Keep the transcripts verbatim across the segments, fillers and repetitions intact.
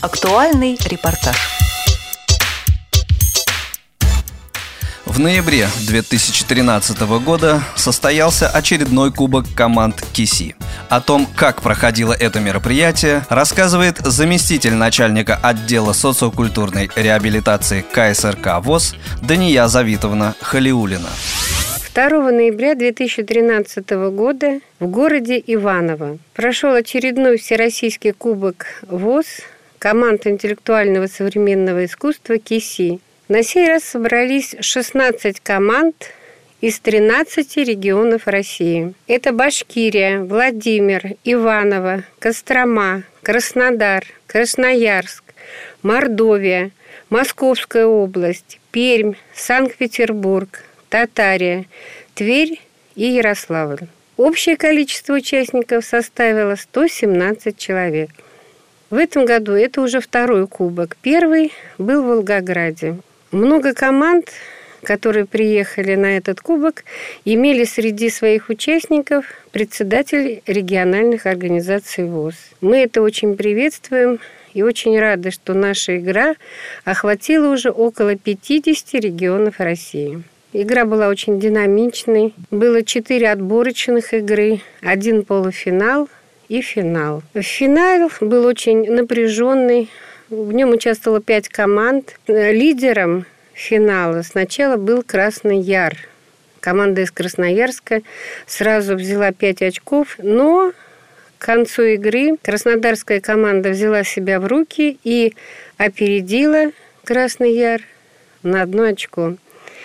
Актуальный репортаж. В ноябре две тысячи тринадцатого года состоялся очередной кубок команд КИСИ. О том, как проходило это мероприятие, рассказывает заместитель начальника отдела социокультурной реабилитации ка эс эр ка ВОС Дания Завитовна Халиуллина. второго ноября две тысячи тринадцатого года в городе Иваново прошел очередной всероссийский кубок ВОС команд интеллектуального современного искусства КИСИ. На сей раз собрались шестнадцать команд из тринадцати регионов России. Это Башкирия, Владимир, Иваново, Кострома, Краснодар, Красноярск, Мордовия, Московская область, Пермь, Санкт-Петербург, Татария, Тверь и Ярославль. Общее количество участников составило сто семнадцать человек. В этом году это уже второй кубок. Первый был в Волгограде. Много команд, которые приехали на этот кубок, имели среди своих участников председателей региональных организаций ВОС. Мы это очень приветствуем и очень рады, что наша игра охватила уже около пятидесяти регионов России. Игра была очень динамичной. Было четыре отборочных игры, один полуфинал и финал. Финал был очень напряженный. В нем участвовало пять команд. Лидером финала сначала был Красный Яр. Команда из Красноярска сразу взяла пять очков, но к концу игры краснодарская команда взяла себя в руки и опередила Красный Яр на одно очко.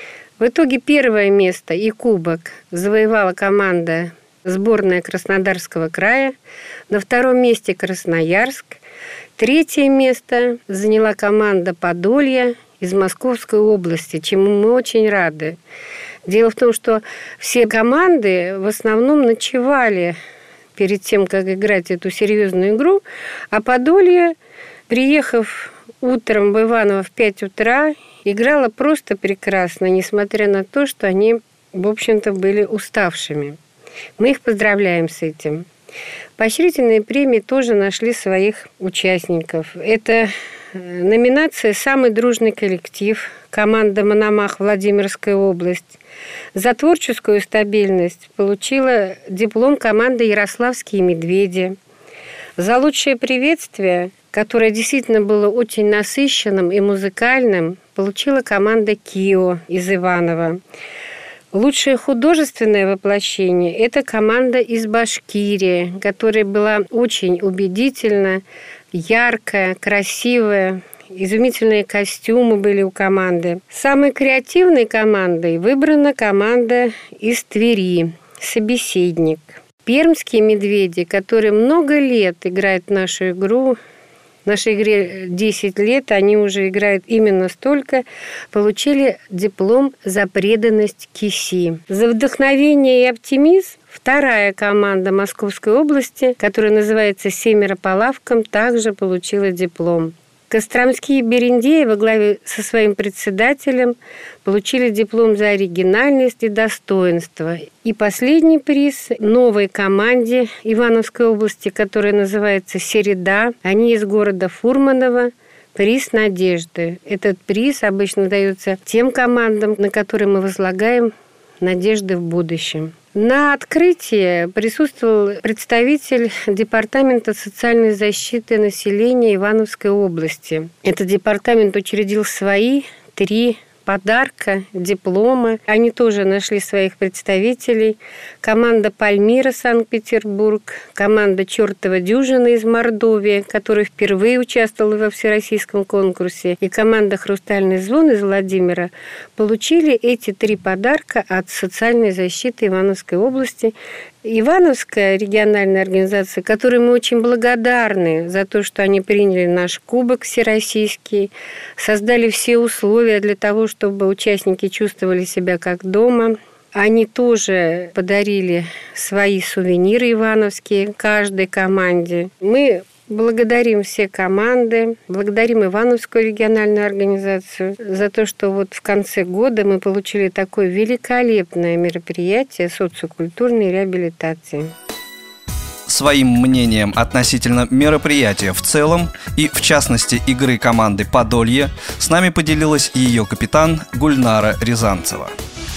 В итоге первое место и кубок завоевала команда сборная Краснодарского края. На втором месте Красноярск. Третье место заняла команда Подолья из Московской области, чему мы очень рады. Дело в том, что все команды в основном ночевали перед тем, как играть эту серьезную игру, а Подолье, приехав утром в Иваново в пять утра, играла просто прекрасно, несмотря на то, что они, в общем-то, были уставшими. Мы их поздравляем с этим. Поощрительные премии тоже нашли своих участников. Это номинация «Самый дружный коллектив», команда «Мономах», Владимирская область. За творческую стабильность получила диплом команда «Ярославские медведи». За лучшее приветствие, которое действительно было очень насыщенным и музыкальным, получила команда «Кио» из Иванова. Лучшее художественное воплощение – это команда из Башкирии, которая была очень убедительна, яркая, красивая, изумительные костюмы были у команды. Самой креативной командой выбрана команда из Твери «Собеседник». Пермские медведи, которые много лет играют в нашу игру, в нашей игре десять лет, они уже играют именно столько, получили диплом за преданность КИСИ. За вдохновение и оптимизм вторая команда Московской области, которая называется «Семеро по лавкам», также получила диплом. Костромские берендеи во главе со своим председателем получили диплом за оригинальность и достоинство. И последний приз новой команде Ивановской области, которая называется «Середа». Они из города Фурманово. Приз надежды. Этот приз обычно дается тем командам, на которые мы возлагаем надежды в будущем. На открытии присутствовал представитель Департамента социальной защиты населения Ивановской области. Этот департамент учредил свои три подарка, дипломы. Они тоже нашли своих представителей. Команда «Пальмира» Санкт-Петербург, команда «Чёртова дюжина» из Мордовии, которая впервые участвовала во всероссийском конкурсе, и команда «Хрустальный звон» из Владимира получили эти три подарка от социальной защиты Ивановской области. Ивановская региональная организация, которой мы очень благодарны за то, что они приняли наш кубок всероссийский, создали все условия для того, чтобы участники чувствовали себя как дома. Они тоже подарили свои сувениры ивановские каждой команде. Мы благодарим все команды, благодарим Ивановскую региональную организацию за то, что вот в конце года мы получили такое великолепное мероприятие социокультурной реабилитации. Своим мнением относительно мероприятия в целом и, в частности, игры команды «Подолье» с нами поделилась ее капитан Гульнара Рязанцева.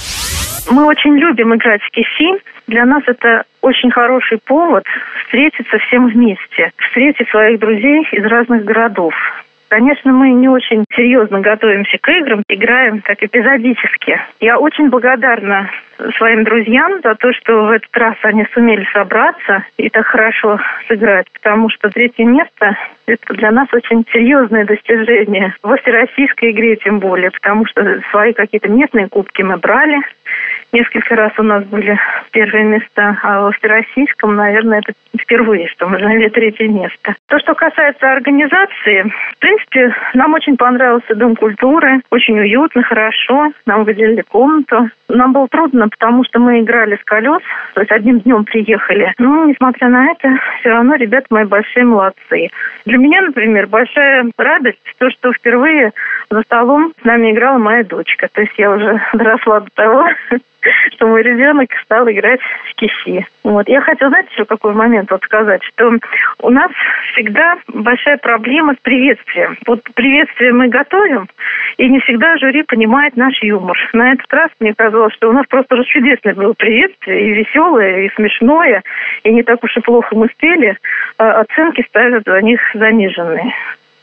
Мы очень любим играть в киси. Для нас это очень хороший повод встретиться всем вместе, встретить своих друзей из разных городов. Конечно, мы не очень серьезно готовимся к играм, играем так эпизодически. Я очень благодарна своим друзьям за то, что в этот раз они сумели собраться и так хорошо сыграть, потому что третье место – это для нас очень серьезное достижение. В всероссийской игре тем более, потому что свои какие-то местные кубки мы брали. Несколько раз у нас были первые места, а во всероссийском, наверное, это впервые, что мы заняли третье место. То, что касается организации, в принципе, нам очень понравился Дом культуры, очень уютно, хорошо, нам выделили комнату. Нам было трудно, потому что мы играли с колес, то есть одним днем приехали. Но, несмотря на это, все равно ребята мои большие молодцы. Для меня, например, большая радость, то, что впервые за столом с нами играла моя дочка. То есть я уже доросла до того, что мой ребенок стал играть в киси. Вот. Я хотела, знаете, еще какой момент вот сказать, что у нас всегда большая проблема с приветствием. Вот приветствие мы готовим, и не всегда жюри понимает наш юмор. На этот раз мне казалось, что у нас просто расчудесное было приветствие, и веселое, и смешное, и не так уж и плохо мы спели, а оценки ставят за них заниженные.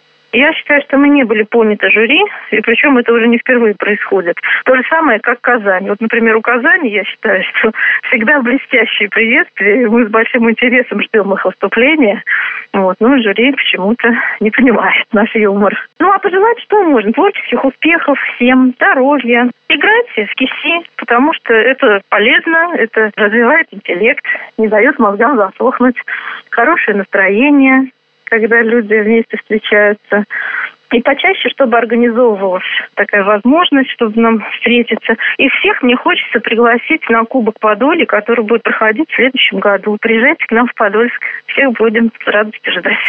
Я считаю, что мы не были поняты жюри, и причем это уже не впервые происходит. То же самое, как Казань. Вот, например, у Казани, я считаю, что всегда блестящие приветствия, и мы с большим интересом ждем их выступления. Вот. Но жюри почему-то не понимает наш юмор. Ну, а пожелать что можно? Творческих успехов всем, здоровья. Играйте в киси, потому что это полезно, это развивает интеллект, не дает мозгам засохнуть. Хорошее настроение, когда люди вместе встречаются. И почаще, чтобы организовывалась такая возможность, чтобы нам встретиться. И всех мне хочется пригласить на Кубок Подолье, который будет проходить в следующем году. Приезжайте к нам в Подольск. Всех будем с радостью ждать.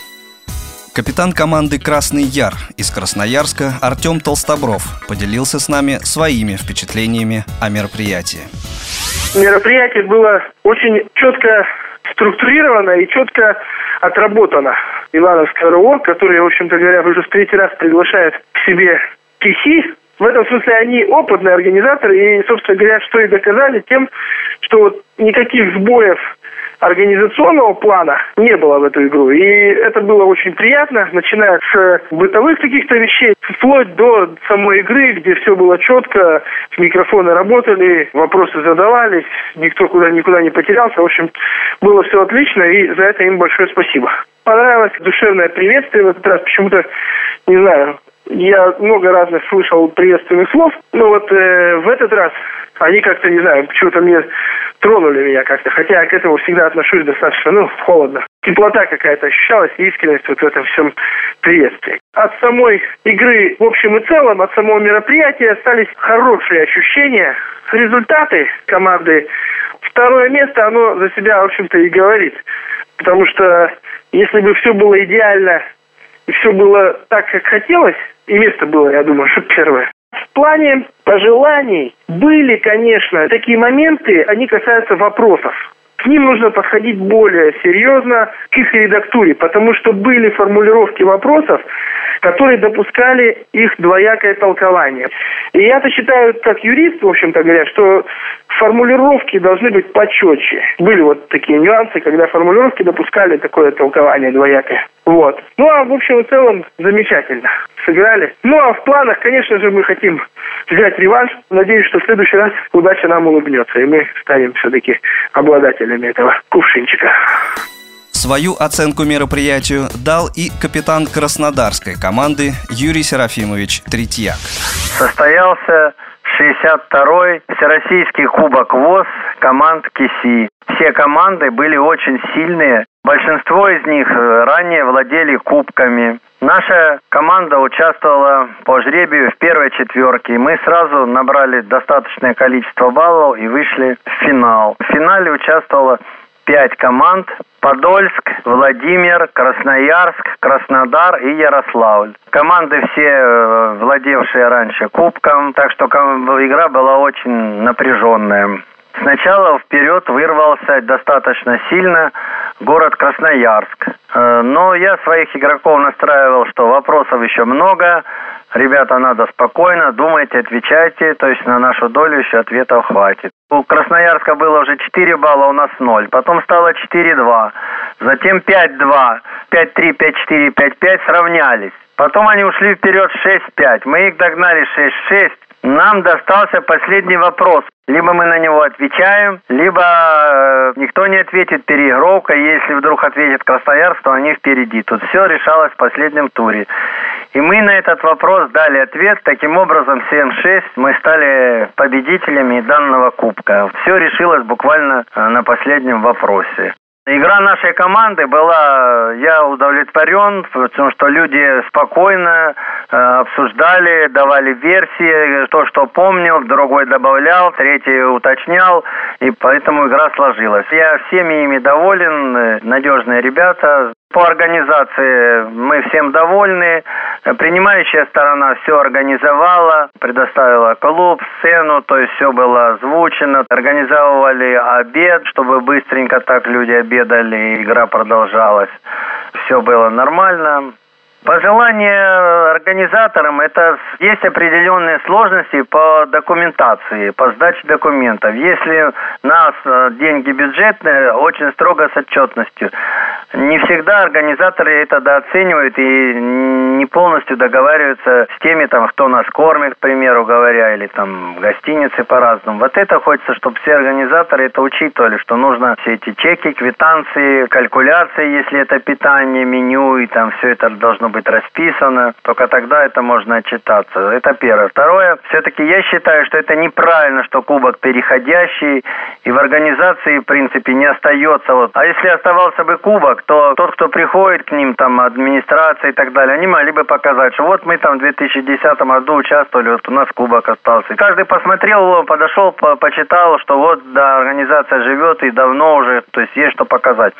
Капитан команды «Красный Яр» из Красноярска Артем Толстобров поделился с нами своими впечатлениями о мероприятии. Мероприятие было очень четко структурировано и четко отработано. Ивановское РО, которое, в общем-то говоря, уже в третий раз приглашает к себе киси. В этом смысле они опытные организаторы и, собственно говоря, что и доказали тем, что вот никаких сбоев организационного плана не было в эту игру. И это было очень приятно, начиная с бытовых каких-то вещей, вплоть до самой игры, где все было четко, микрофоны работали, вопросы задавались, никто куда никуда не потерялся. В общем, было все отлично, и за это им большое спасибо. Понравилось душевное приветствие в этот раз. Почему-то, не знаю, я много разных слышал приветственных слов, но вот э, в этот раз они как-то, не знаю, почему-то мне тронули меня как-то, хотя я к этому всегда отношусь достаточно, ну, холодно. Теплота какая-то ощущалась, и искренность вот в этом всем приветствии. От самой игры в общем и целом, от самого мероприятия остались хорошие ощущения. Результаты команды. Второе место, оно за себя, в общем-то, и говорит. Потому что если бы все было идеально, и все было так, как хотелось, и место было, я думаю, что первое. В плане пожеланий были, конечно, такие моменты, они касаются вопросов. К ним нужно подходить более серьезно, к их редактуре, потому что были формулировки вопросов, которые допускали их двоякое толкование. И я-то считаю, как юрист, в общем-то говоря, что формулировки должны быть почетче. Были вот такие нюансы, когда формулировки допускали такое толкование двоякое. Вот. Ну, а в общем и целом замечательно сыграли. Ну, а в планах, конечно же, мы хотим взять реванш. Надеюсь, что в следующий раз удача нам улыбнется, и мы станем все-таки обладателями этого кувшинчика. Свою оценку мероприятию дал и капитан краснодарской команды Юрий Серафимович Третьяк. Состоялся шестьдесят второй Всероссийский кубок ВОС команд КИСИ. Все команды были очень сильные. Большинство из них ранее владели кубками. Наша команда участвовала по жребию в первой четверке. Мы сразу набрали достаточное количество баллов и вышли в финал. В финале участвовало пять команд: Подольск, Владимир, Красноярск, Краснодар и Ярославль. Команды все владевшие раньше кубком, так что игра была очень напряженная. Сначала вперед вырвался достаточно сильно город Красноярск. Но я своих игроков настраивал, что вопросов еще много. Ребята, надо спокойно, думайте, отвечайте, то есть на нашу долю еще ответов хватит. У Красноярска было уже четыре балла, у нас ноль. Потом стало четыре-два, затем пять-два, пять-три, пять-четыре, пять-пять, сравнялись. Потом они ушли вперед шесть-пять, мы их догнали шесть-шесть. Нам достался последний вопрос. Либо мы на него отвечаем, либо э, никто не ответит, переигровка. Если вдруг ответит Красноярск, то они впереди. Тут все решалось в последнем туре. И мы на этот вопрос дали ответ. Таким образом, семь-шесть мы стали победителями данного кубка. Все решилось буквально на последнем вопросе. Игра нашей команды была, я удовлетворен, потому что люди спокойно э, обсуждали, давали версии, то, что помнил, другой добавлял, третий уточнял, и поэтому игра сложилась. Я всеми ими доволен, надежные ребята. По организации мы всем довольны. Принимающая сторона все организовала, предоставила клуб, сцену, то есть все было озвучено. Организовывали обед, чтобы быстренько так люди обедали, и игра продолжалась. Все было нормально. Пожелание организаторам, это есть определенные сложности по документации, по сдаче документов. Если у нас деньги бюджетные, очень строго с отчетностью. Не всегда организаторы это дооценивают и не полностью договариваются с теми, там, кто нас кормит, к примеру говоря, или там в гостинице по-разному. Вот это хочется, чтобы все организаторы это учитывали, что нужно все эти чеки, квитанции, калькуляции, если это питание, меню, и там все это должно быть расписано. Только тогда это можно отчитаться. Это первое. Второе, все-таки я считаю, что это неправильно, что кубок переходящий, и в организации, в принципе, не остается. Вот. А если оставался бы кубок, то тот, кто приходит к ним, там, администрация и так далее, они могли бы показать, что вот мы там в две тысячи десятом году участвовали, вот у нас кубок остался. И каждый посмотрел, подошел, по почитал, что вот, да, организация живет и давно уже, то есть есть что показать.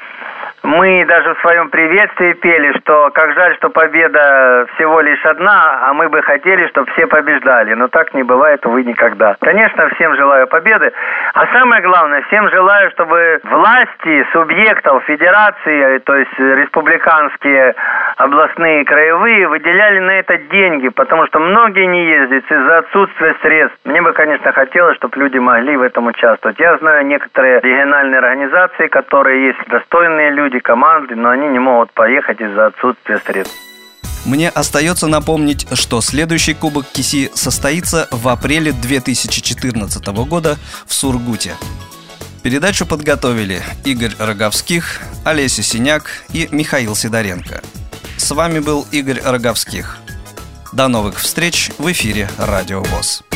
Мы даже в своем приветствии пели, что как жаль, что победа всего лишь одна, а мы бы хотели, чтобы все побеждали. Но так не бывает, увы, никогда. Конечно, всем желаю победы. А самое главное, всем желаю, чтобы власти субъектов федерации, то есть республиканские, областные, краевые, выделяли на это деньги, потому что многие не ездят из-за отсутствия средств. Мне бы, конечно, хотелось, чтобы люди могли в этом участвовать. Я знаю некоторые региональные организации, которые есть достойные люди, команды, но они не могут поехать из-за отсутствия средств. Мне остается напомнить, что следующий Кубок КИСИ состоится в апреле две тысячи четырнадцатого года в Сургуте. Передачу подготовили Игорь Роговских, Олеся Синяк и Михаил Сидоренко. С вами был Игорь Роговских. До новых встреч в эфире Радио ВОС.